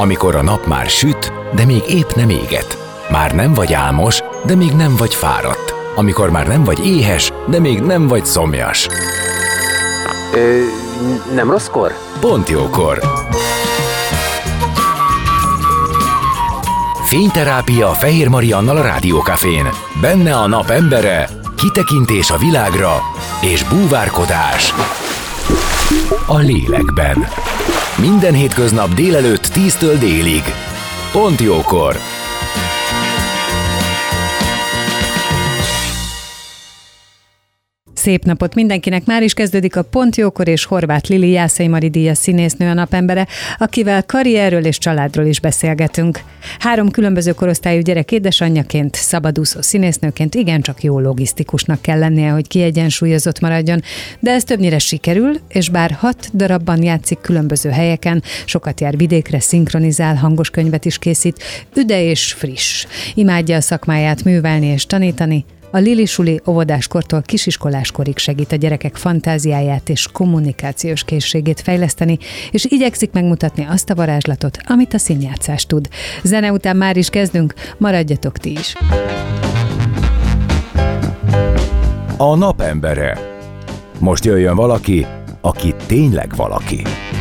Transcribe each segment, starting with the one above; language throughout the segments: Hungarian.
Amikor a nap már süt, de még épp nem éget. Már nem vagy álmos, de még nem vagy fáradt. Amikor már nem vagy éhes, de még nem vagy szomjas. Nem rosszkor? Pont jókor. Fényterápia Fehér Mariannal a Rádiókafén. Benne a nap embere, kitekintés a világra és búvárkodás a lélekben. Minden hétköznap délelőtt 10-től délig. Pont jókor. Szép napot mindenkinek! Már is kezdődik a Pont jókor, és Horváth Lili Jászai Mari díjas színésznő a napembere, akivel karrierről és családról is beszélgetünk. 3 különböző korosztályú gyerek édesanyjaként, szabadúszó színésznőként igencsak jó logisztikusnak kell lennie, hogy kiegyensúlyozott maradjon, de ez többnyire sikerül, és bár 6 darabban játszik különböző helyeken, sokat jár vidékre, szinkronizál, hangos könyvet is készít, üde és friss. Imádja a szakmáját művelni és tanítani. A Lili Suli óvodáskortól kisiskoláskorig segít a gyerekek fantáziáját és kommunikációs készségét fejleszteni, és igyekszik megmutatni azt a varázslatot, amit a színjátszás tud. Zene után már is kezdünk, maradjatok ti is! A napembere. Most jöjjön valaki, aki tényleg valaki.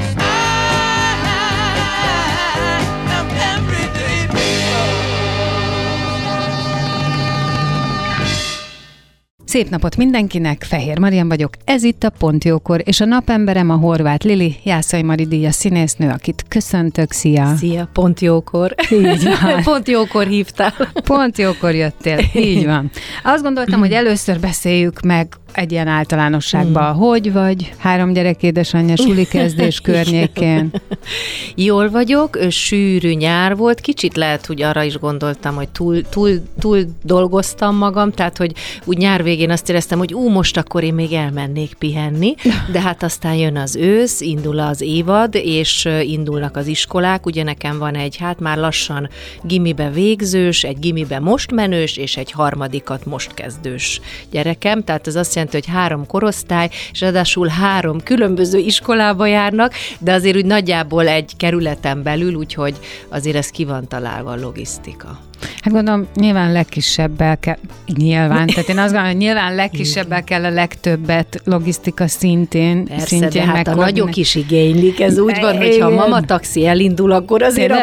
Szép napot mindenkinek, Fehér Marian vagyok, ez itt a Pont jókor, és a napemberem a Horváth Lili, Jászai Mari díjas színésznő, akit köszöntök, szia! Szia, Pont jókor. Így van. Pont jókor hívtál. Pont jókor jöttél, így van. Azt gondoltam, hogy először beszéljük meg egy ilyen általánosságban, hogy vagy 3 gyerek édesanyja suli kezdés környékén? Jól vagyok, sűrű nyár volt, kicsit lehet, hogy arra is gondoltam, hogy túl dolgoztam magam, tehát, hogy úgy nyár végén azt éreztem, hogy most akkor én még elmennék pihenni, de hát aztán jön az ősz, indul az évad, és indulnak az iskolák, ugye nekem van egy, már lassan gimibe végzős, egy gimibe most menős, és egy harmadikat most kezdős gyerekem, tehát ez azt jelenti, hogy 3 korosztály, és ráadásul 3 különböző iskolába járnak, de azért úgy nagyjából egy kerületen belül, úgyhogy azért ez ki van találva a logisztika. Hát gondolom, nyilván legkisebbel kell, tehát én azt gondolom, hogy nyilván legkisebbel kell a legtöbbet logisztika szintén. Persze, de hát a nagyok is igénylik, ez úgy van, hogy ha a mama taxi elindul, akkor azért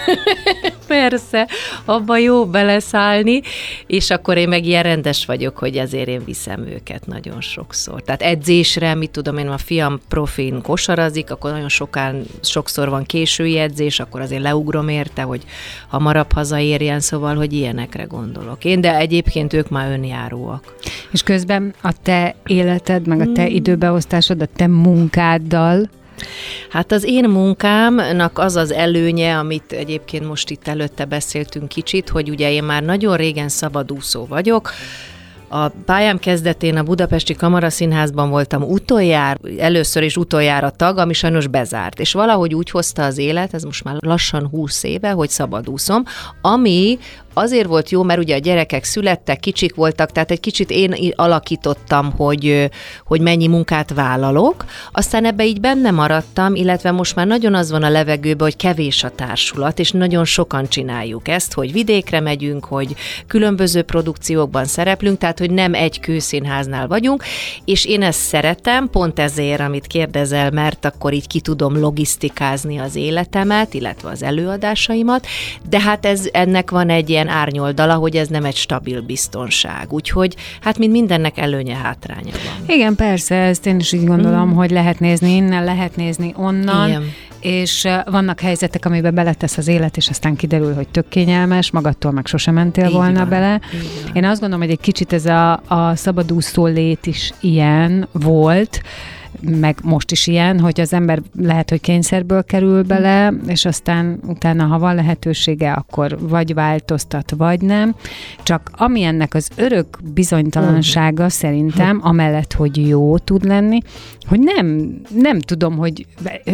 persze, abba jó beleszállni, és akkor én meg ilyen rendes vagyok, hogy azért én viszem őket nagyon sokszor. Tehát edzésre, mit tudom én, a fiam profin kosarazik, akkor nagyon sokszor van késői edzés, akkor azért leugrom érte, hogy hamarabb hazaérjen, szóval, hogy ilyenekre gondolok én, de egyébként ők már önjáróak. És közben a te életed, meg a te időbeosztásod, a te munkáddal? Hát az én munkámnak az az előnye, amit egyébként most itt előtte beszéltünk kicsit, hogy ugye én már nagyon régen szabadúszó vagyok. A pályám kezdetén a Budapesti Kamaraszínházban voltam először és utoljára tag, ami sajnos bezárt. És valahogy úgy hozta az élet, ez most már lassan 20 éve, hogy szabadúszom, ami azért volt jó, mert ugye a gyerekek születtek, kicsik voltak, tehát egy kicsit én alakítottam, hogy mennyi munkát vállalok, aztán ebbe így benne maradtam, illetve most már nagyon az van a levegőben, hogy kevés a társulat, és nagyon sokan csináljuk ezt, hogy vidékre megyünk, hogy különböző produkciókban szereplünk, tehát hogy nem egy kőszínháznál vagyunk, és én ezt szeretem, pont ezért, amit kérdezel, mert akkor így ki tudom logisztikázni az életemet, illetve az előadásaimat, de hát ennek van egy ilyen árnyoldala, hogy ez nem egy stabil biztonság. Úgyhogy hát mint mindennek előnye, hátránya van. Igen, persze, ezt én is így gondolom, hogy lehet nézni innen, lehet nézni onnan, igen. És vannak helyzetek, amiben beletesz az élet, és aztán kiderül, hogy tök kényelmes, magadtól meg sosem mentél volna bele. Én azt gondolom, hogy egy kicsit ez a szabadúszó lét is ilyen volt, meg most is ilyen, hogy az ember lehet, hogy kényszerből kerül bele, és aztán utána, ha van lehetősége, akkor vagy változtat, vagy nem. Csak ami ennek az örök bizonytalansága szerintem, amellett, hogy jó tud lenni, hogy nem tudom, hogy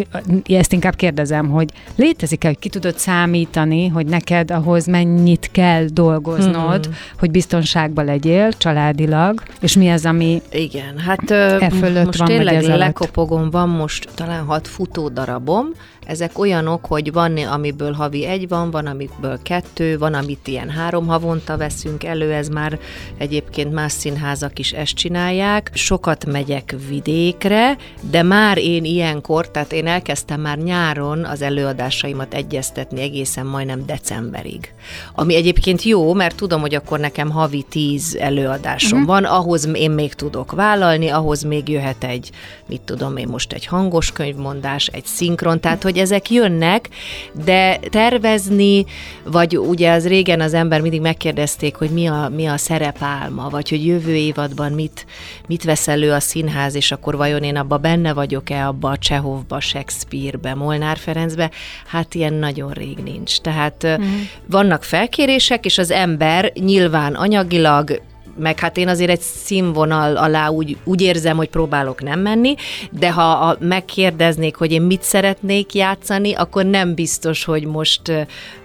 ezt inkább kérdezem, hogy létezik-e, hogy ki tudod számítani, hogy neked ahhoz mennyit kell dolgoznod, hogy biztonságban legyél családilag, és mi az, ami igen, hát fölött most van, tényleg lekopogom, van most talán 6 futódarabom, Ezek olyanok, hogy van, amiből havi 1 van amiből 2, van, amit ilyen 3 havonta veszünk elő, ez már egyébként más színházak is ezt csinálják. Sokat megyek vidékre, de már én ilyenkor, tehát én elkezdtem már nyáron az előadásaimat egyeztetni egészen majdnem decemberig. Ami egyébként jó, mert tudom, hogy akkor nekem havi 10 előadásom van, ahhoz én még tudok vállalni, ahhoz még jöhet egy, mit tudom én most, egy hangos könyvmondás, egy szinkron, tehát hogy ezek jönnek, de tervezni, vagy ugye az régen az ember mindig megkérdezték, hogy mi a szerepálma, vagy hogy jövő évadban mit vesz elő a színház, és akkor vajon én abba benne vagyok-e, abba a Csehovba, Shakespeare-be, Molnár Ferencbe, hát ilyen nagyon rég nincs. Tehát vannak felkérések, és az ember nyilván anyagilag, meg hát én azért egy színvonal alá úgy érzem, hogy próbálok nem menni, de ha megkérdeznék, hogy én mit szeretnék játszani, akkor nem biztos, hogy most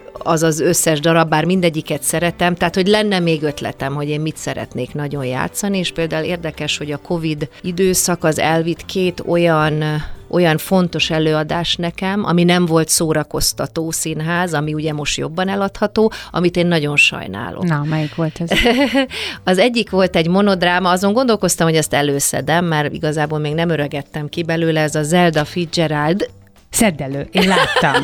az összes darab, bár mindegyiket szeretem, tehát hogy lenne még ötletem, hogy én mit szeretnék nagyon játszani, és például érdekes, hogy a Covid időszak az elvitt 2 olyan fontos előadás nekem, ami nem volt szórakoztató színház, ami ugye most jobban eladható, amit én nagyon sajnálok. Na, melyik volt ez? Az egyik volt egy monodráma, azon gondolkoztam, hogy ezt előszedem, mert igazából még nem öregedtem ki belőle, ez a Zelda Fitzgerald. Szedd elő, én láttam.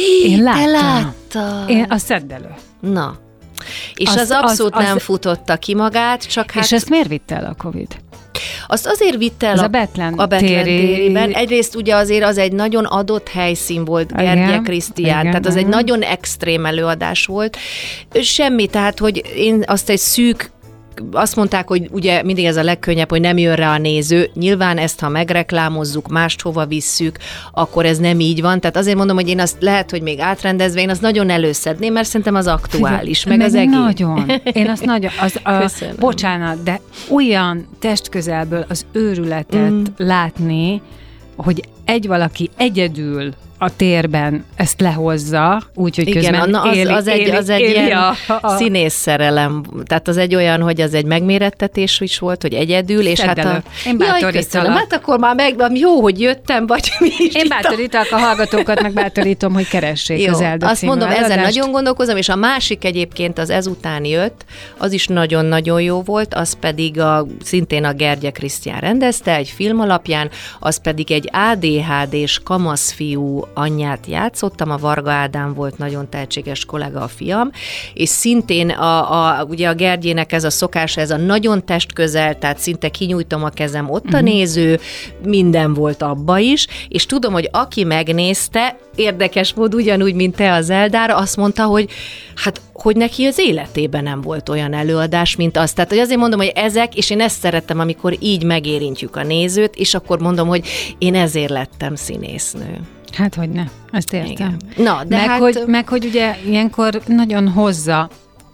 Te láttad. Én a szedd elő. Na. És az abszolút nem futotta ki magát, csak hát... És ezt miért vitte el a Covid? Azt azért vitte el a Bethlen tériben. Egyrészt ugye azért az egy nagyon adott helyszín volt, Gergye Krisztián, tehát az egy nagyon extrém előadás volt. Semmi, tehát hogy én azt egy szűk, azt mondták, hogy ugye mindig ez a legkönnyebb, hogy nem jön rá a néző. Nyilván ezt, ha megreklámozzuk, máshova visszük, akkor ez nem így van. Tehát azért mondom, hogy én azt lehet, hogy még átrendezve, én azt nagyon előszedném, mert szerintem az aktuális, meg az egész. Nagyon. Én azt nagyon, bocsánat, de olyan testközelből az őrületet látni, hogy valaki egyedül a térben ezt lehozza, úgyhogy közben az egy ilyen színészszerelem. Tehát az egy olyan, hogy az egy megmérettetés is volt, hogy egyedül, és hát én bátorítalak. Hát akkor már jó, hogy jöttem, vagy mi is. Én bátorítalak a hallgatókat, meg bátorítom, hogy keressék az Zelda azt mondom, ezen nagyon gondolkozom, és a másik egyébként az ezután jött, az is nagyon-nagyon jó volt, az pedig szintén a Gergye Krisztián rendezte, egy film alapján, az pedig egy ADHD-s kamaszfiú anyját játszottam, a Varga Ádám volt nagyon tehetséges kollega, a fiam, és szintén ugye a Gergyének ez a szokás, ez a nagyon testközel, tehát szinte kinyújtom a kezem, ott a néző, minden volt abba is, és tudom, hogy aki megnézte, érdekes mód ugyanúgy, mint te az Zeldára, azt mondta, hogy hát, hogy neki az életében nem volt olyan előadás, mint az. Tehát, hogy azért mondom, hogy ezek, és én ezt szerettem, amikor így megérintjük a nézőt, és akkor mondom, hogy én ezért lettem színésznő. Hát, hogy ne, ezt értem. Igen. Na, de meg, hogy ugye ilyenkor nagyon hozza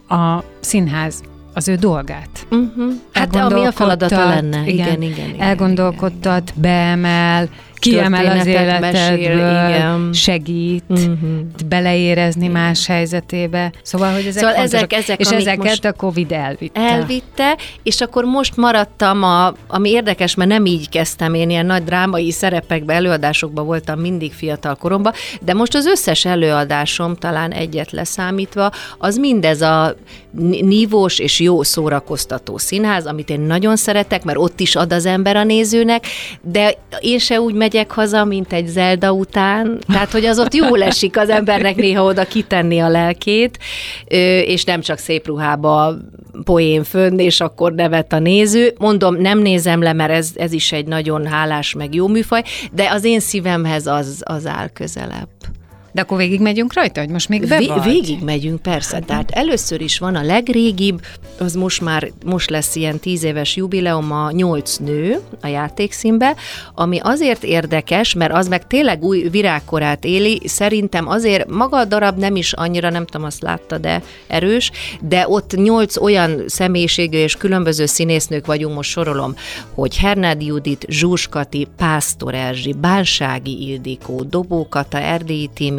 a színház az ő dolgát. Hát ami a feladata lenne. Igen, elgondolkodtat, beemel, kiemel az életedből, segít, beleérezni más helyzetébe. Szóval, hogy ezek és ezeket a Covid elvitte. És akkor most maradtam, ami érdekes, mert nem így kezdtem, én ilyen nagy drámai szerepekben, előadásokban voltam mindig fiatal koromban, de most az összes előadásom, talán egyet leszámítva, az mindez a nívós és jó szórakoztató színház, amit én nagyon szeretek, mert ott is ad az ember a nézőnek, de én se úgy megyek haza, mint egy Zelda után, tehát, hogy az ott jól esik az embernek néha oda kitenni a lelkét, és nem csak szép ruhába poén fönn, és akkor nevet a néző. Mondom, nem nézem le, mert ez is egy nagyon hálás, meg jó műfaj, de az én szívemhez az áll közelebb. De akkor végigmegyünk rajta, hogy most még Végigmegyünk, persze. Tehát először is van a legrégibb, az most lesz ilyen 10 éves jubileum, a 8 nő a Játékszínbe, ami azért érdekes, mert az meg tényleg új virágkorát éli, szerintem azért maga a darab nem is annyira, nem tudom, azt látta, de erős, de ott 8 olyan személyiségű és különböző színésznők vagyunk, most sorolom, hogy Hernádi Judit, Zsús Kati, Pásztor Erzsi, Bánsági Ildikó, Dobó Kata, Erdélyi Tími,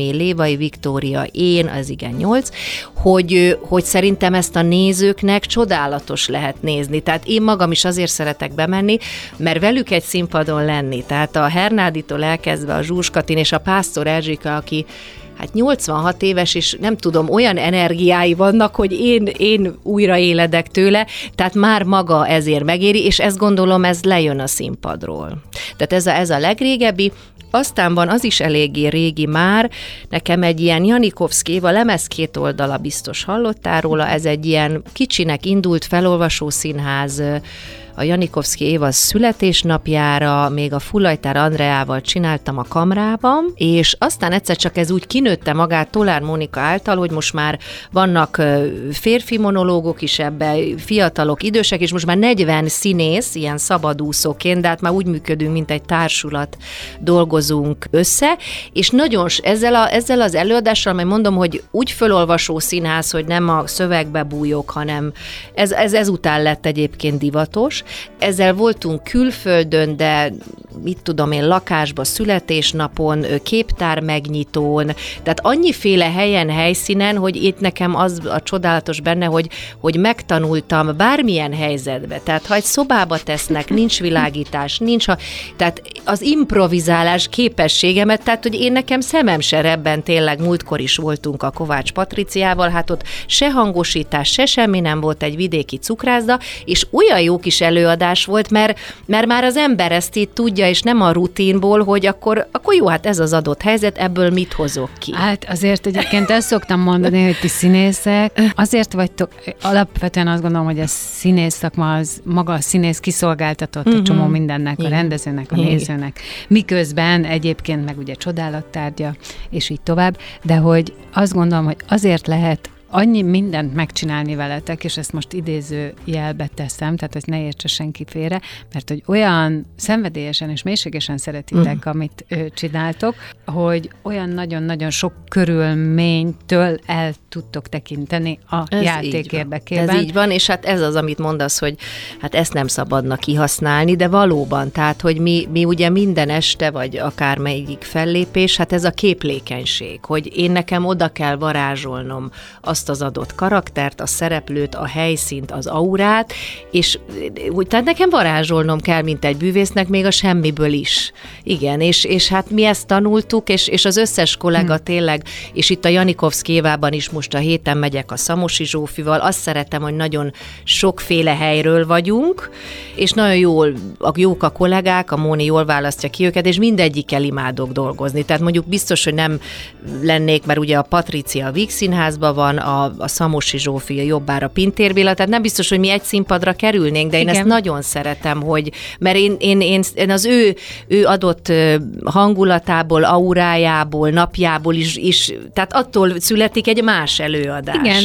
Noémi, Lévai Viktória, én, az igen 8, hogy szerintem ezt a nézőknek csodálatos lehet nézni. Tehát én magam is azért szeretek bemenni, mert velük egy színpadon lenni. Tehát a Hernáditól elkezdve a Zsúskatin és a Pásztor Erzsika, aki hát 86 éves, és nem tudom, olyan energiái vannak, hogy én újra éledek tőle, tehát már maga ezért megéri, és ezt gondolom, ez lejön a színpadról. Tehát ez a legrégebbi. Aztán van az is eléggé régi már, nekem egy ilyen Janikovszky Éva lemez 2 oldala, biztos hallottál róla, ez egy ilyen kicsinek indult felolvasószínház, a Janikovszky Éva születésnapjára, még a Fullajtár Andreával csináltam a Kamrában, és aztán egyszer csak ez úgy kinőtte magát Tolár Mónika által, hogy most már vannak férfi monológok is ebben, fiatalok, idősek, és most már 40 színész, ilyen szabadúszóként, de hát már úgy működünk, mint egy társulat, dolgozunk össze, és nagyon ezzel az előadással, majd mondom, hogy úgy fölolvasó színház, hogy nem a szövegbe bújok, hanem ez ezután lett egyébként divatos. Ezzel voltunk külföldön, de mit tudom én, lakásba, születésnapon, képtár megnyitón, tehát annyiféle helyen, helyszínen, hogy itt nekem az a csodálatos benne, hogy megtanultam bármilyen helyzetbe. Tehát ha egy szobába tesznek, nincs világítás, tehát az improvizálás képességemet, tehát hogy én nekem szemem se rebben, tényleg múltkor is voltunk a Kovács Patriciával, hát ott se hangosítás, se semmi nem volt, egy vidéki cukrászda, és olyan jó kis előadás volt, mert már az ember ezt így tudja, és nem a rutinból, hogy akkor jó, hát ez az adott helyzet, ebből mit hozok ki? Hát azért egyébként ezt szoktam mondani, hogy ti színészek, azért vagytok, alapvetően azt gondolom, hogy a színész szakma az maga a színész kiszolgáltatott a csomó mindennek, a rendezőnek, a nézőnek. Miközben egyébként meg ugye csodálattárgya, és így tovább, de hogy azt gondolom, hogy azért lehet annyi mindent megcsinálni veletek, és ezt most idéző jelbe teszem, tehát hogy ne értse senki félre, mert hogy olyan szenvedélyesen és mélységesen szeretitek, amit csináltok, hogy olyan nagyon-nagyon sok körülménytől el tudtok tekinteni a játék érdekében. Ez így van, és hát ez az, amit mondasz, hogy hát ezt nem szabadna kihasználni, de valóban, tehát, hogy mi ugye minden este, vagy akármelyik fellépés, hát ez a képlékenység, hogy én nekem oda kell varázsolnom azt az adott karaktert, a szereplőt, a helyszínt, az aurát, és tehát nekem varázsolnom kell, mint egy bűvésznek, még a semmiből is. Igen, és hát mi ezt tanultuk, és az összes kollega tényleg, és itt a Janikovszky Évában is most a héten megyek a Szamosi Zsófival, azt szeretem, hogy nagyon sokféle helyről vagyunk, és nagyon jók a kollégák, a Móni jól választja ki őket, és mindegyikkel imádok dolgozni. Tehát mondjuk biztos, hogy nem lennék, mert ugye a Patricia a Víg Színházban van, a Szamosi Zsófi a jobbára Pintér Béla, tehát nem biztos, hogy mi egy színpadra kerülnénk, de én ezt nagyon szeretem, mert én az ő adott hangulatából, aurájából, napjából is, tehát attól születik egy más előadás. Igen,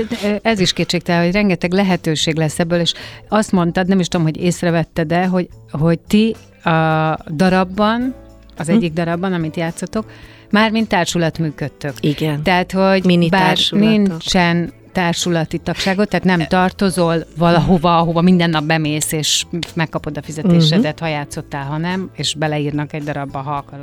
ez is kétségtelen, hogy rengeteg lehetőség lesz ebből, és azt mondtad, nem is tudom, hogy észrevetted-e, hogy ti a darabban, az egyik darabban, amit játszotok, már mint társulat működtök. Igen. Tehát, hogy bár nincsen társulati tagságot, tehát nem tartozol valahova, ahova minden nap bemész, és megkapod a fizetésedet, ha játszottál, ha nem, és beleírnak egy darabba, ha akarod,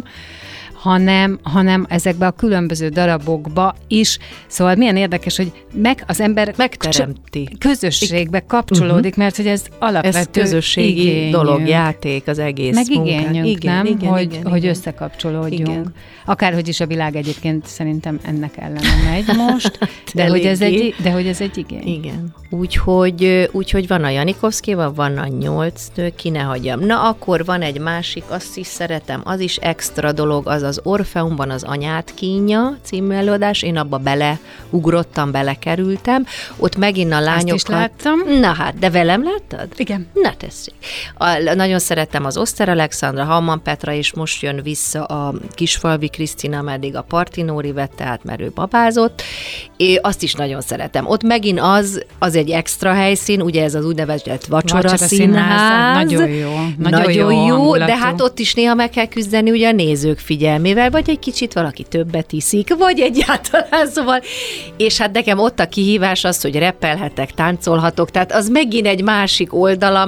hanem ezekbe a különböző darabokba is. Szóval milyen érdekes, hogy az ember megteremti. Közösségbe kapcsolódik, mert hogy ez alapvető ez közösségi igényünk. Dolog, játék az egész meg igényünk, igen, nem? Igen, hogy összekapcsolódjunk. Igen. Akárhogy is a világ egyébként szerintem ennek ellene megy most, de hogy ez egy igény. Igen. Úgyhogy van a Janikovszkyval, van a 8 nő, ki ne hagyjam. Na, akkor van egy másik, azt is szeretem, az is extra dolog, az Orfeumban az Anyát kínja című előadás, én abba beleugrottam, belekerültem, ott megint a lányokat... Azt is láttam. Na hát, de velem láttad? Igen. Na tessék. Nagyon szeretem az Oszter Alexandra, Hamman Petra, és most jön vissza a Kisfalvi Krisztina, meddig a Partinóri vette át, mert ő babázott. Azt is nagyon szeretem. Ott megint az egy extra helyszín, ugye ez az úgynevezett vacsora színház. Nagyon jó. Nagyon jó, de hát ott is néha meg kell küzdeni ugye a nézők figyelmével, vagy egy kicsit valaki többet iszik, vagy egyáltalán, szóval. És hát nekem ott a kihívás az, hogy reppelhetek, táncolhatok, tehát az megint egy másik oldalam, amit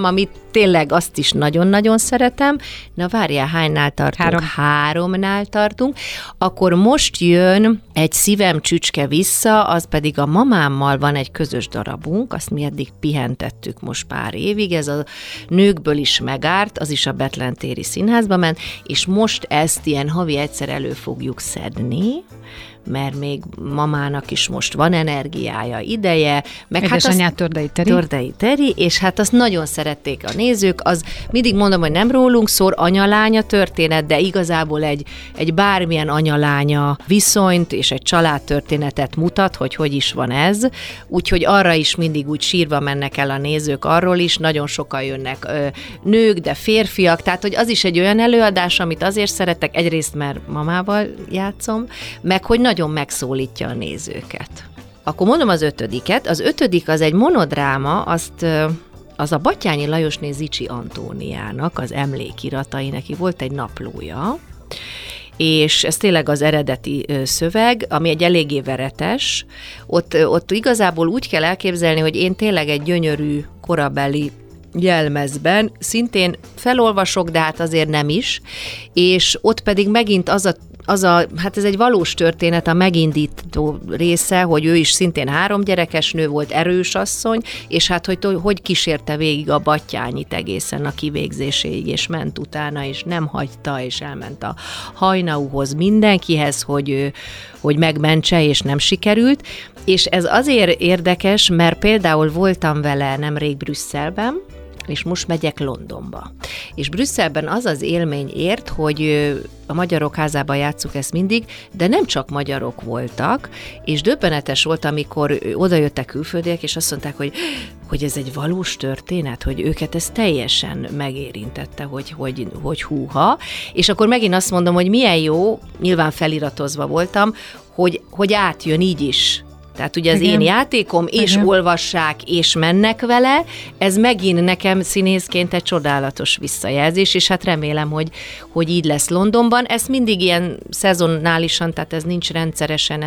tényleg azt is nagyon-nagyon szeretem. Na várjál, hánynál tartunk? 3-nál tartunk. Akkor most jön egy Szívem csücske vissza, az pedig a mamámmal van egy közös darabunk, azt mi eddig pihentettük most pár évig, ez a Nőkből is megárt, az is a Betlen-téri Színházba ment, és most ezt ilyen havi egyszer elő fogjuk szedni, mert még mamának is most van energiája, ideje. Édesanyját Tördei Teri, és hát azt nagyon szerették a nézők, az mindig mondom, hogy nem rólunk szól, anya-lánya történet, de igazából egy bármilyen anya-lánya viszonyt és egy családtörténetet mutat, hogy is van ez, úgyhogy arra is mindig úgy sírva mennek el a nézők arról is, nagyon sokan jönnek nők, de férfiak, tehát hogy az is egy olyan előadás, amit azért szeretek, egyrészt mert mamával játszom, meg hogy nagyon megszólítja a nézőket. Akkor mondom az 5. Az 5. az egy monodráma, az a Batthyány Lajosné Zichy Antóniának az emlékiratai, neki volt egy naplója, és ez tényleg az eredeti szöveg, ami egy eléggé veretes. Ott igazából úgy kell elképzelni, hogy én tényleg egy gyönyörű korabeli jelmezben szintén felolvasok, de hát azért nem is, és ott pedig megint hát ez egy valós történet, a megindító része, hogy ő is szintén 3 gyerekes nő volt, erős asszony, és hát hogy kísérte végig a Batthyányit egészen a kivégzéséig, és ment utána, és nem hagyta, és elment a Hajnauhoz mindenkihez, hogy megmentse, és nem sikerült. És ez azért érdekes, mert például voltam vele nemrég Brüsszelben, és most megyek Londonba. És Brüsszelben az az élmény ért, hogy a Magyarok Házában játsszuk ezt mindig, de nem csak magyarok voltak, és döbbenetes volt, amikor odajöttek külföldiek, és azt mondták, hogy ez egy valós történet, hogy őket ez teljesen megérintette, hogy húha, és akkor megint azt mondom, hogy milyen jó, nyilván feliratozva voltam, hogy átjön így is. Tehát ugye az én játékom, és olvassák, és mennek vele, ez megint nekem színészként egy csodálatos visszajelzés, és hát remélem, hogy így lesz Londonban. Ez mindig ilyen szezonálisan, tehát ez nincs rendszeresen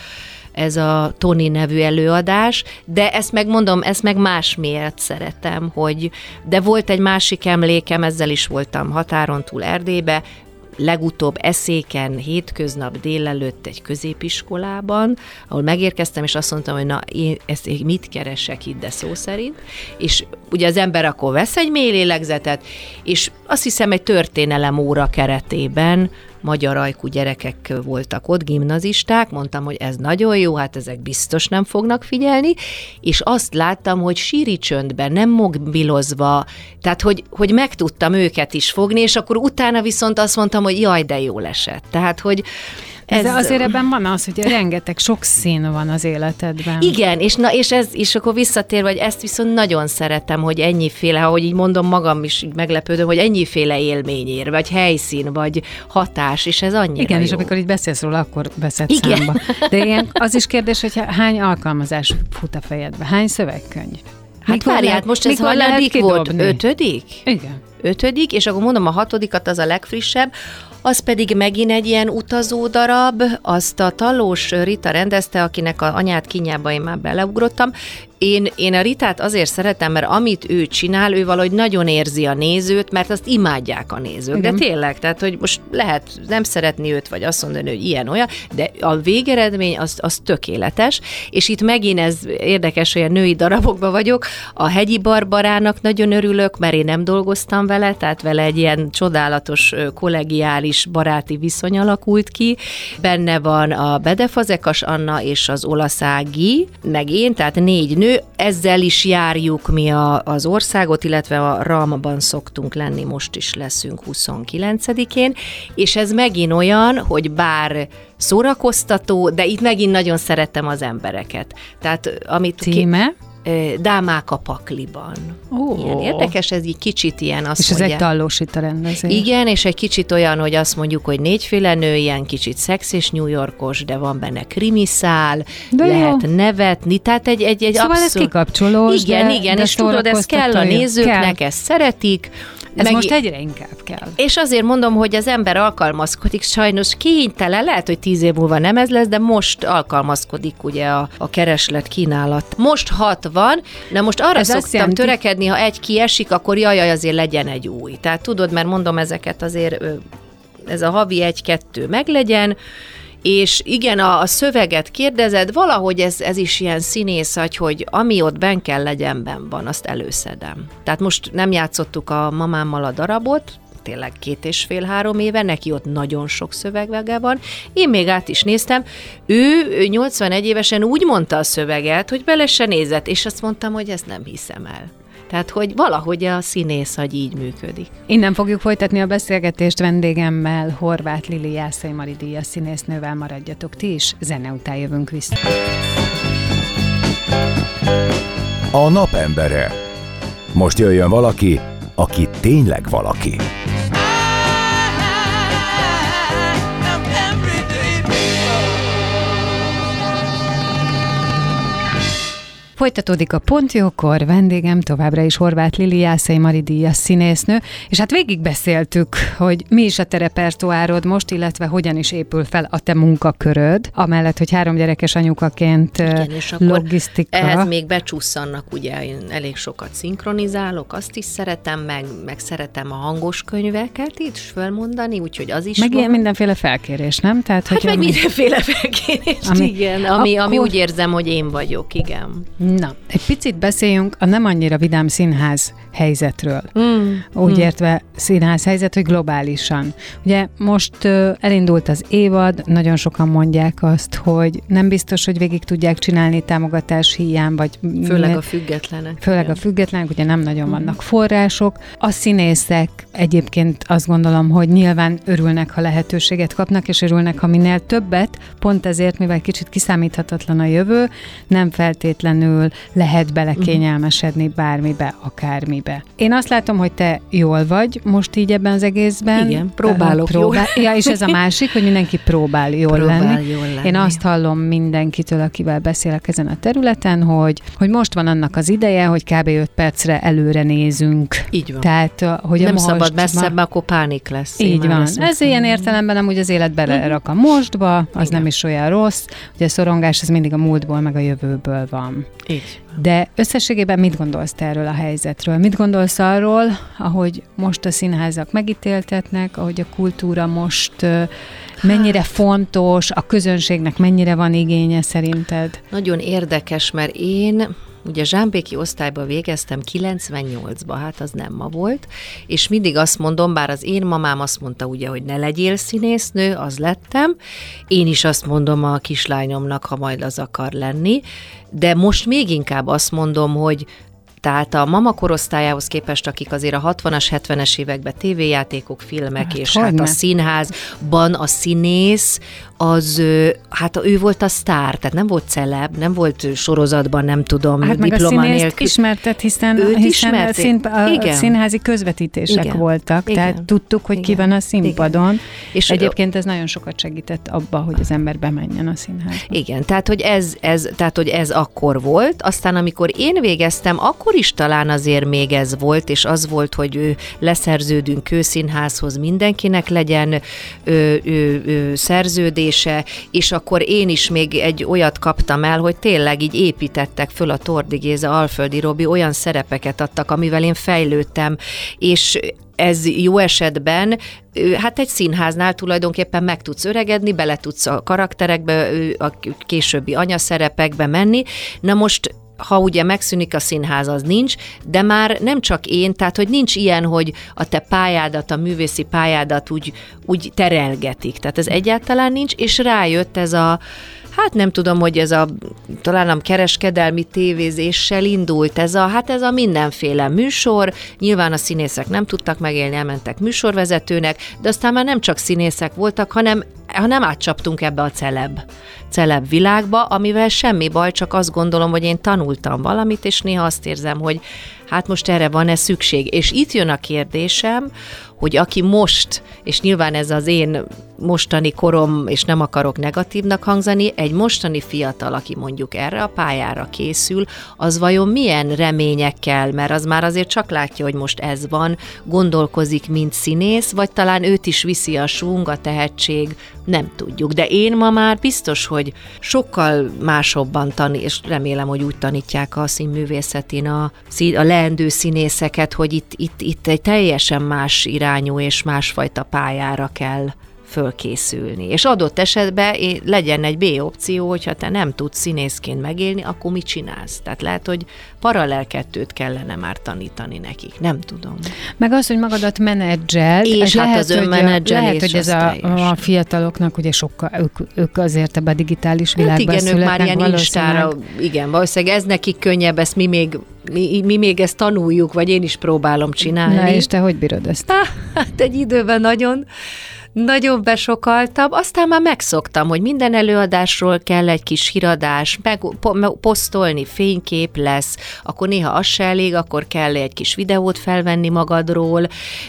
ez a Tony nevű előadás, de ezt megmondom, ezt meg más miért szeretem, de volt egy másik emlékem, ezzel is voltam határon túl Erdélybe, legutóbb Eszéken, hétköznap délelőtt egy középiskolában, ahol megérkeztem, és azt mondtam, hogy na, én mit keresek itt, de szó szerint, és ugye az ember akkor vesz egy mély lélegzetet, és azt hiszem egy történelem óra keretében magyar ajkú gyerekek voltak ott, gimnazisták, mondtam, hogy ez nagyon jó, hát ezek biztos nem fognak figyelni, és azt láttam, hogy síri csöndben, nem mobilozva, tehát hogy meg tudtam őket is fogni, és akkor utána viszont azt mondtam, hogy jaj, de jól esett. Tehát, hogy de azért ebben van az, hogy rengeteg sok szín van az életedben. Igen, és akkor visszatér, hogy ezt viszont nagyon szeretem, hogy ennyiféle, ahogy így mondom, magam is meglepődöm, hogy ennyiféle élményér, vagy helyszín, vagy hatás, és ez annyira igen, jó. És amikor így beszélsz róla, akkor veszed számba. De ilyen, az is kérdés, hogy hány alkalmazás fut a fejedbe, hány szövegkönyv? Hát várját, most ez hanyadik volt? 5? Igen. 5, és akkor mondom, a 6. az a legfrissebb, az pedig megint egy ilyen utazó darab, azt a Tallós Rita rendezte, akinek a Anyád kínjába én már beleugrottam. Én a Ritát azért szeretem, mert amit ő csinál, ő valahogy nagyon érzi a nézőt, mert azt imádják a nézők. Igen. De tényleg, tehát hogy most lehet nem szeretni őt, vagy azt mondani, hogy ilyen-olyan, de a végeredmény az tökéletes, és itt megint ez érdekes, hogy a női darabokban vagyok. A Hegyi Barbarának nagyon örülök, mert én nem dolgoztam vele, tehát vele egy ilyen csodálatos, kollegiális, baráti viszony alakult ki. Benne van a Bede Fazekas Anna és az Olaszági, meg én, tehát 4 nő. Ezzel is járjuk mi az országot, illetve a Ralmaban szoktunk lenni, most is leszünk 29-én, és ez megint olyan, hogy bár szórakoztató, de itt megint nagyon szeretem az embereket. Tehát amit címe? Dámák a pakliban. Ilyen érdekes, ez így kicsit ilyen azt és mondja. Ez egy Tallós Rita rendezés. Igen, és egy kicsit olyan, hogy azt mondjuk, hogy 4 nő, ilyen kicsit szex és New Yorkos, de van benne krimiszál, lehet nevetni, tehát egy szóval abszolút... ez kikapcsolós, igen, de és tudod, ez kell a nézőknek, ezt szeretik, Ez most egyre inkább kell. És azért mondom, hogy az ember alkalmazkodik, sajnos kénytelen, lehet, hogy 10 év múlva nem ez lesz, de most alkalmazkodik ugye a kereslet kínálat. Most 6 van, de most arra szoktam törekedni, ha egy kiesik, akkor jaj, azért legyen egy új. Tehát tudod, mert mondom ezeket azért, ez a havi 1-2 meglegyen, és igen, a szöveget kérdezed, valahogy ez is ilyen színészagy, hogy ami ott benn kell legyen, benn van, azt előszedem. Tehát most nem játszottuk a mamámmal a darabot, tényleg 2,5-3 éve, neki ott nagyon sok szövege van. Én még át is néztem. Ő 81 évesen úgy mondta a szöveget, hogy bele se nézett, és azt mondtam, hogy ezt nem hiszem el. Tehát, hogy valahogy a színészagy így működik. Innen fogjuk folytatni a beszélgetést vendégemmel, Horváth Lili Jászai Mari díjas színésznővel. Maradjatok ti is, zene után jövünk vissza. A napembere. Most jöjjön valaki, aki tényleg valaki. Folytatódik a Pontjókor, vendégem továbbra is Horváth Lili Jászai Mari díjas színésznő, és hát végigbeszéltük, hogy mi is a te repertoárod most, illetve hogyan is épül fel a te munkaköröd, amellett, hogy 3 gyerekes anyukaként igen, és logisztika. Ehhez még becsúszannak, ugye én elég sokat szinkronizálok, azt is szeretem, meg szeretem a hangos könyveket is fölmondani, úgyhogy az is meg van. Ilyen mindenféle felkérés, nem? Tehát, hát meg mindenféle felkérés, igen, ami úgy érzem, hogy én vagyok, igen. Na, egy picit beszéljünk a nem annyira vidám színház helyzetről. Úgy értve színház helyzet, hogy globálisan. Ugye most elindult az évad, nagyon sokan mondják azt, hogy nem biztos, hogy végig tudják csinálni támogatás hiány, vagy... Főleg a függetlenek. Főleg a függetlenek, ugye nem nagyon vannak források. A színészek egyébként azt gondolom, hogy nyilván örülnek, ha lehetőséget kapnak, és örülnek, ha minél többet, pont ezért, mivel kicsit kiszámíthatatlan a jövő, nem feltétlenül lehet belekényelmesedni bármibe, akármibe. Én azt látom, hogy te jól vagy most így ebben az egészben. Igen, próbálok jól. Ja, és ez a másik, hogy mindenki próbál jól lenni. Én azt hallom mindenkitől, akivel beszélek ezen a területen, hogy most van annak az ideje, hogy kb. 5 percre előre nézünk. Így van. Tehát, hogy nem szabad messzebb, akkor pánik lesz. Így van. Ez ilyen értelemben amúgy az élet belerak a mostba, az igen. Nem is olyan rossz. Ugye a szorongás az mindig a múltból, meg a jövőből van. Így. De összességében mit gondolsz te erről a helyzetről? Mit gondolsz arról, ahogy most a színházak megítéltetnek, ahogy a kultúra most mennyire fontos, a közönségnek mennyire van igénye szerinted? Nagyon érdekes, mert én ugye zsámbéki osztályba végeztem 98-ba, hát az nem ma volt, és mindig azt mondom, bár az én mamám azt mondta ugye, hogy ne legyél színésznő, az lettem, én is azt mondom a kislányomnak, ha majd az akar lenni, de most még inkább azt mondom, hogy tehát a mama korosztályához képest, akik azért a 60-as, 70-es években tévéjátékok, filmek, és hát a színházban a színész, az, hát ő volt a sztár, tehát nem volt celeb, nem volt sorozatban, nem tudom, hát diploma nélkül. Nélkül. Ismertet, hiszen a színházi közvetítések igen. voltak, igen. Tehát tudtuk, hogy igen. ki van a színpadon, igen. És egyébként ez nagyon sokat segített abba, hogy az ember bemenjen a színházba. Igen, tehát hogy ez akkor volt, aztán amikor én végeztem, akkor is talán azért még ez volt, és az volt, hogy leszerződünk Kőszínházhoz, mindenkinek legyen szerződés, és akkor én is még egy olyat kaptam el, hogy tényleg így építettek föl a Tordi Géza, Alföldi Robi, olyan szerepeket adtak, amivel én fejlődtem, és ez jó esetben, hát egy színháznál tulajdonképpen meg tudsz öregedni, bele tudsz a karakterekbe, a későbbi anyaszerepekbe menni. Na most ha ugye megszűnik a színház, az nincs, de már nem csak én, tehát hogy nincs ilyen, hogy a te pályádat, a művészi pályádat úgy terelgetik. Tehát ez egyáltalán nincs, és rájött ez a, hát nem tudom, hogy ez a talán a kereskedelmi tévézéssel indult, ez a mindenféle műsor, nyilván a színészek nem tudtak megélni, elmentek műsorvezetőnek, de aztán már nem csak színészek voltak, hanem átcsaptunk ebbe a celeb világba, amivel semmi baj, csak azt gondolom, hogy én tanultam valamit, és néha azt érzem, hogy hát most erre van-e szükség. És itt jön a kérdésem, hogy aki most, és nyilván ez az én mostani korom, és nem akarok negatívnak hangzani, egy mostani fiatal, aki mondjuk erre a pályára készül, az vajon milyen reményekkel, mert az már azért csak látja, hogy most ez van, gondolkozik, mint színész, vagy talán őt is viszi a svung, a tehetség, nem tudjuk. De én ma már biztos, hogy sokkal másobban és remélem, hogy úgy tanítják a színművészetén a leendő színészeket, hogy itt egy teljesen más irányú és másfajta pályára kell fölkészülni. És adott esetben legyen egy B-opció, hogyha te nem tudsz színészként megélni, akkor mit csinálsz? Tehát lehet, hogy paralel kettőt kellene már tanítani nekik. Nem tudom. Meg az, hogy magadat menedzsel. És hát lehet, az önmenedzselés. Lehet, hogy ez a fiataloknak ugye sokkal, ők azért ebben a digitális világban hát igen, ők már ilyen Instára, igen, valószínűleg ez nekik könnyebb, ezt mi még ezt tanuljuk, vagy én is próbálom csinálni. Na és te hogy bírod ezt? Hát egy időben nagyon besokaltam, aztán már megszoktam, hogy minden előadásról kell egy kis híradás, posztolni, fénykép lesz, akkor néha az se elég, akkor kell egy kis videót felvenni magadról,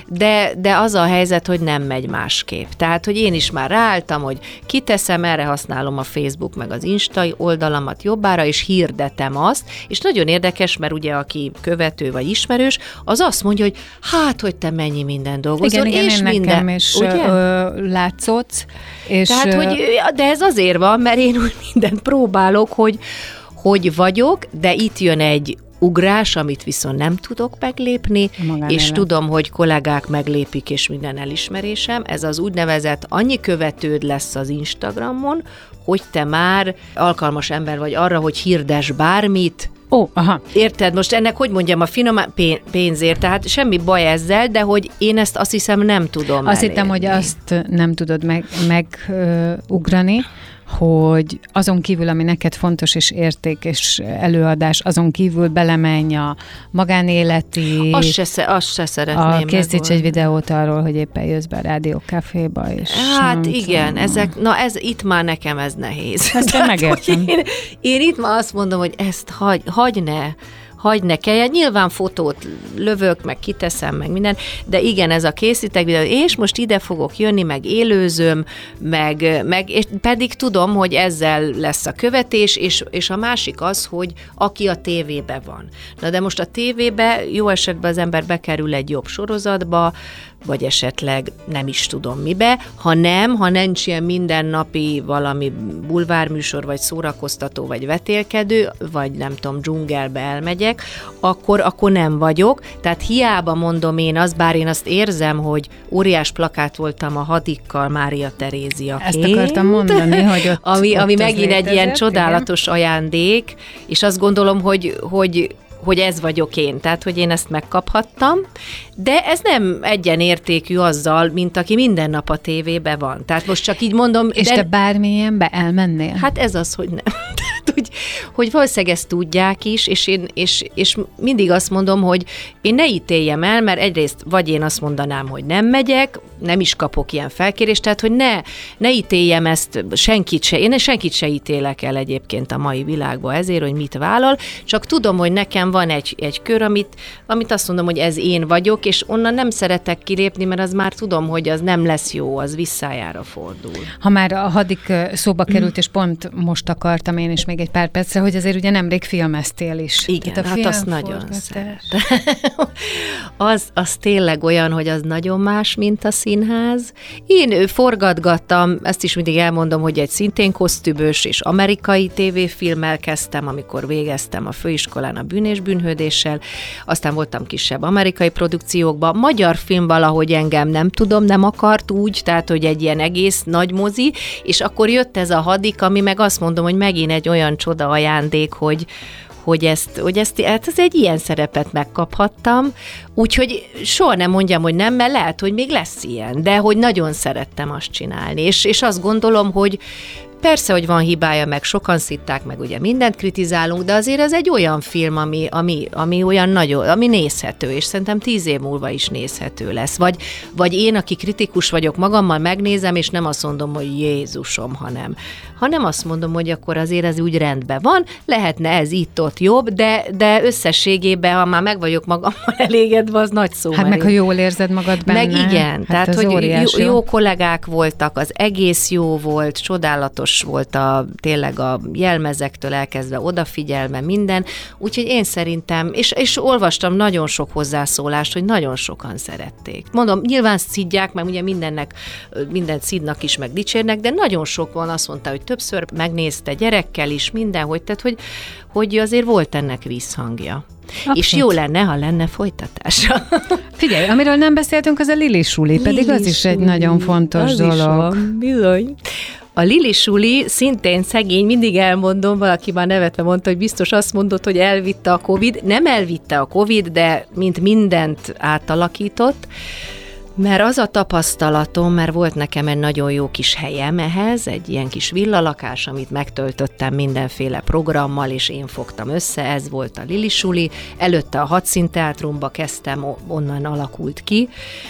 de az a helyzet, hogy nem megy másképp. Tehát, hogy én is már ráálltam, hogy kiteszem, erre használom a Facebook meg az Insta oldalamat jobbára, és hirdetem azt, és nagyon érdekes, mert ugye aki követő vagy ismerős, az azt mondja, hogy hát, hogy te mennyi minden dolgozol, igen, és minden. És látszódsz. És tehát, de ez azért van, mert én úgy mindent próbálok, hogy vagyok, de itt jön egy ugrás, amit viszont nem tudok meglépni, és tudom, hogy kollégák meglépik, és minden elismerésem. Ez az úgynevezett annyi követőd lesz az Instagramon, hogy te már alkalmas ember vagy arra, hogy hirdess bármit. Aha. Érted? Most ennek, hogy mondjam, a finom pénzért, tehát semmi baj ezzel, de hogy én ezt azt hiszem nem tudom Azt hittem, hogy azt nem tudod megugrani, hogy azon kívül, ami neked fontos és érték és előadás, azon kívül belemenj a magánéleti... Azt se szeretném. Készíts egy videót arról, hogy éppen jössz be a Rádió Caféba, és... Hát igen, itt már nekem ez nehéz. Ezt én megértem. Én itt már azt mondom, hogy ezt hagyj ne kelljen. Nyilván fotót lövök, meg kiteszem, meg minden, de igen, ez a készítek videó, és most ide fogok jönni, meg élőzöm, meg és pedig tudom, hogy ezzel lesz a követés, és a másik az, hogy aki a tévébe van. Na de most a tévébe jó esetben az ember bekerül egy jobb sorozatba, vagy esetleg nem is tudom mibe, ha nincs ilyen mindennapi valami bulvárműsor, vagy szórakoztató, vagy vetélkedő, vagy nem tudom, dzsungelbe elmegyek, akkor nem vagyok. Tehát hiába mondom én azt, bár én azt érzem, hogy óriás plakát voltam a Hadikkal, Mária Teréziaként. Ezt akartam mondani, hogy ott ami megint egy ilyen csodálatos ajándék, és azt gondolom, hogy ez vagyok én, tehát, hogy én ezt megkaphattam, de ez nem egyenértékű azzal, mint aki minden nap a tévébe van. Tehát most csak így mondom... És te bármilyenbe elmennél? Hát ez az, hogy nem. Tehát, hogy valószínűleg ezt tudják is, és mindig azt mondom, hogy én ne ítéljem el, mert egyrészt vagy én azt mondanám, hogy nem megyek, nem is kapok ilyen felkérést, tehát, hogy ne ítéljem ezt én senkit se ítélek el egyébként a mai világban ezért, hogy mit vállal, csak tudom, hogy nekem van egy kör, amit azt mondom, hogy ez én vagyok, és onnan nem szeretek kilépni, mert az már tudom, hogy az nem lesz jó, az visszájára fordul. Ha már a Hadik szóba került, és pont most akartam én is még egy pár percre, hogy azért ugye nemrég filmeztél is. Igen, hát azt nagyon szeret. Az tényleg olyan, hogy az nagyon más, mint a színház. Én forgatgattam, ezt is mindig elmondom, hogy egy szintén kosztümös és amerikai tévéfilmmel kezdtem, amikor végeztem a főiskolán a Bűn és bűnhődéssel, aztán voltam kisebb amerikai produkciókban. Magyar film valahogy engem nem akart úgy, tehát, hogy egy ilyen egész nagy mozi, és akkor jött ez a Hadik, ami meg azt mondom, hogy megint egy olyan csoda ajándék, hogy ez egy ilyen szerepet megkaphattam, úgyhogy soha nem mondjam, hogy nem, mert lehet, hogy még lesz ilyen, de hogy nagyon szerettem azt csinálni, és azt gondolom, hogy Persze, hogy van hibája, meg sokan szitták, meg ugye mindent kritizálunk, de azért ez egy olyan film, ami olyan nagyon, ami nézhető, és szerintem 10 év múlva is nézhető lesz. Vagy én, aki kritikus vagyok, magammal megnézem, és nem azt mondom, hogy Jézusom, hanem azt mondom, hogy akkor azért ez úgy rendben van, lehetne ez itt-ott jobb, de összességében, ha már meg vagyok magammal elégedve, az nagy szó. Hát meg ha jól érzed magad benne. Meg igen, hát tehát hogy jó kollégák voltak, az egész jó volt, csodálatos volt tényleg a jelmezektől elkezdve odafigyelve minden, úgyhogy én szerintem, és olvastam nagyon sok hozzászólást, hogy nagyon sokan szerették. Mondom, nyilván szidják, mert ugye mindent szidnak is, meg dicsérnek, de nagyon sok van, azt mondta, hogy többször megnézte gyerekkel is, mindenhogy, tehát hogy azért volt ennek visszhangja. Abszett. És jó lenne, ha lenne folytatása. Figyelj, amiről nem beszéltünk, az a Lili Suli, pedig az is egy nagyon fontos dolog. Is van, bizony. A Lili Suli szintén szegény, mindig elmondom, valaki már nevetve mondta, hogy biztos azt mondott, hogy elvitte a Covid. Nem elvitte a Covid, de mint mindent átalakított, mert az a tapasztalatom, mert volt nekem egy nagyon jó kis helyem ehhez, egy ilyen kis villalakás, amit megtöltöttem mindenféle programmal, és én fogtam össze, ez volt a Lili Suli. Előtte a Hadszínteátrumba kezdtem, onnan alakult ki,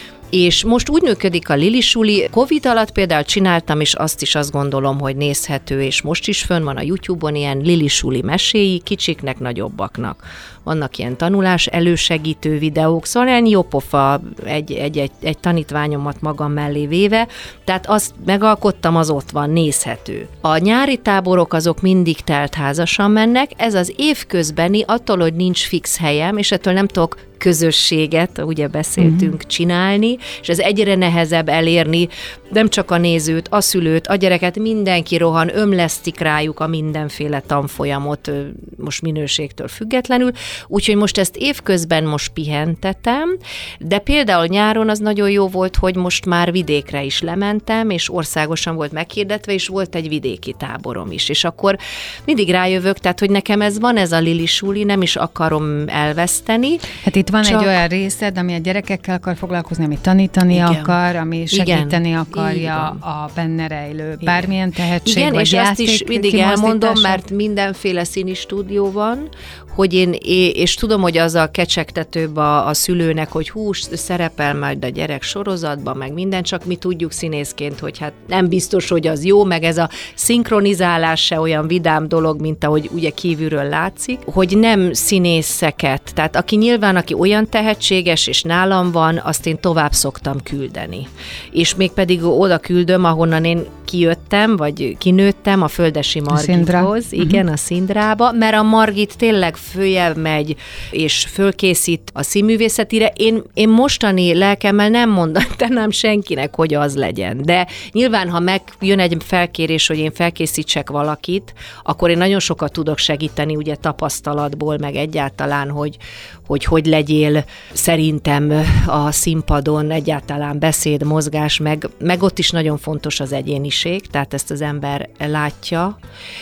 és most úgy működik a Lili Suli. Covid alatt például csináltam, és azt gondolom, hogy nézhető, és most is fönn van a YouTube-on ilyen Lili Suli meséi, kicsiknek, nagyobbaknak. Vannak ilyen tanulás elősegítő videók, szóval ilyen jópofa egy tanítványomat magam mellé véve, tehát azt megalkottam, az ott van, nézhető. A nyári táborok azok mindig teltházasan mennek, ez az évközbeni, attól, hogy nincs fix helyem, és ettől nem tudok közösséget, ugye beszéltünk, csinálni, és ez egyre nehezebb elérni, nem csak a nézőt, a szülőt, a gyereket, mindenki rohan, ömlesztik rájuk a mindenféle tanfolyamot, most minőségtől függetlenül, úgyhogy most ezt évközben most pihentetem, de például nyáron az nagyon jó volt, hogy most már vidékre is lementem, és országosan volt meghirdetve, és volt egy vidéki táborom is, és akkor mindig rájövök, tehát, hogy nekem van ez a Lili Suli, nem is akarom elveszteni. Hát itt van egy olyan részed, ami a gyerekekkel akar foglalkozni, ami tanítani akar, ami segíteni akarja a benne rejlő bármilyen tehetség, igen, vagy és azt is mindig elmondom, mert mindenféle színi stúdió van, hogy és tudom, hogy az a kecsegtetőbb a szülőnek, hogy szerepel majd a gyerek sorozatban, meg minden, csak mi tudjuk színészként, hogy hát nem biztos, hogy az jó, meg ez a szinkronizálás se olyan vidám dolog, mint ahogy ugye kívülről látszik, hogy nem színészeket, tehát aki olyan tehetséges, és nálam van, azt én tovább szoktam küldeni. És még pedig oda küldöm, ahonnan én kijöttem, vagy kinőttem, a Földesi Margithoz, igen, a Szindrába, mert a Margit tényleg följebb megy, és fölkészít a színművészetire. Én mostani lelkemmel nem mondanám senkinek, hogy az legyen. De nyilván, ha megjön egy felkérés, hogy én felkészítsek valakit, akkor én nagyon sokat tudok segíteni, ugye tapasztalatból, meg egyáltalán, hogy legyél szerintem a színpadon, egyáltalán beszéd, mozgás, meg ott is nagyon fontos az egyéniség, tehát ezt az ember látja.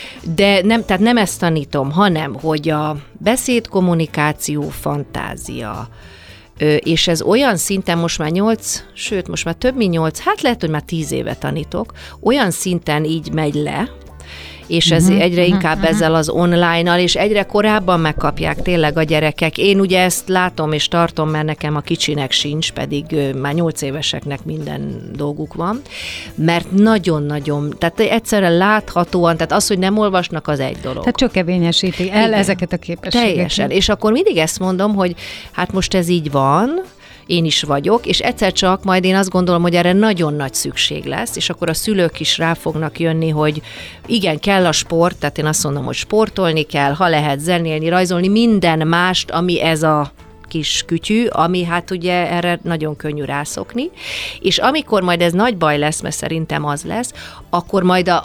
De tehát nem ezt tanítom, hanem, hogy a beszéd, kommunikáció, fantázia, és ez olyan szinten most már 8, sőt, most már több mint 8, hát lehet, hogy már 10 éve tanítok, olyan szinten így megy le, és ez egyre inkább ezzel az online-nal, és egyre korábban megkapják tényleg a gyerekek. Én ugye ezt látom és tartom, mert nekem a kicsinek sincs, pedig már 8 éveseknek minden dolguk van, mert nagyon-nagyon, tehát egyszerűen láthatóan, tehát az, hogy nem olvasnak, az egy dolog. Tehát csökevényesíti el ezeket a képességeket. Teljesen, és akkor mindig ezt mondom, hogy hát most ez így van, én is vagyok, és egyszer csak majd én azt gondolom, hogy erre nagyon nagy szükség lesz, és akkor a szülők is rá fognak jönni, hogy igen, kell a sport, tehát én azt mondom, hogy sportolni kell, ha lehet zenélni, rajzolni, minden mást, ami ez a kis kütyű, ami hát ugye erre nagyon könnyű rászokni, és amikor majd ez nagy baj lesz, mert szerintem az lesz, akkor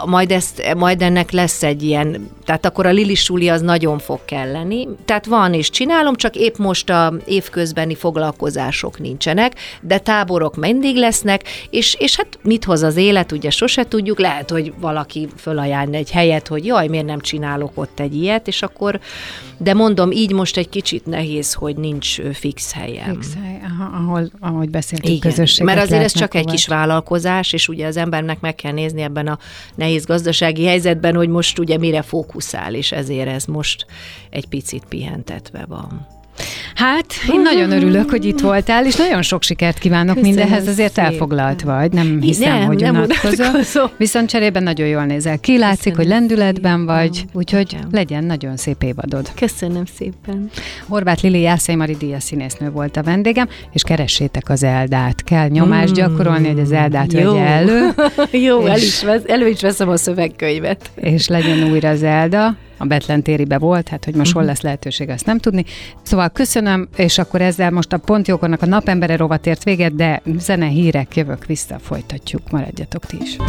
majd ennek lesz egy ilyen, tehát akkor a Lili Suli az nagyon fog kelleni, tehát van és csinálom, csak épp most a évközbeni foglalkozások nincsenek, de táborok mindig lesznek, és hát mit hoz az élet, ugye sose tudjuk, lehet, hogy valaki fölajánl egy helyet, hogy jaj, miért nem csinálok ott egy ilyet, és akkor, de mondom, így most egy kicsit nehéz, hogy nincs fix helyem. Fix hely, ahogy beszéltük, közösséget. Mert azért ez csak egy kis vállalkozás, és ugye az embernek meg kell nézni ebben ebben a nehéz gazdasági helyzetben, hogy most ugye mire fókuszál, és ezért ez most egy picit pihentetve van. Hát, én nagyon örülök, hogy itt voltál, és nagyon sok sikert kívánok mindehez, azért elfoglalt vagy, nem hiszem, hogy unatkozol. Viszont cserében nagyon jól nézel. Kilátszik, hogy lendületben vagy, úgyhogy legyen nagyon szép évadod. Köszönöm szépen. Horváth Lili Jászai Mari díjas színésznő volt a vendégem, és keressétek az Eldát. Kell nyomást gyakorolni, hogy az Eldát vegye elő. Jó, elő is veszem a szövegkönyvet. És legyen újra az Elda. A Bethlen téribe volt, hát hogy most hol lesz lehetőség, azt nem tudni. Szóval köszönöm, és akkor ezzel most a Pont Jókornak a Napembere rovat ért véget, de zene, hírek, jövök vissza, folytatjuk, maradjatok ti is.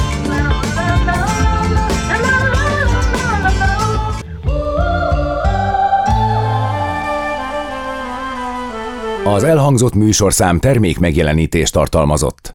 Az elhangzott műsorszám termék megjelenítést tartalmazott.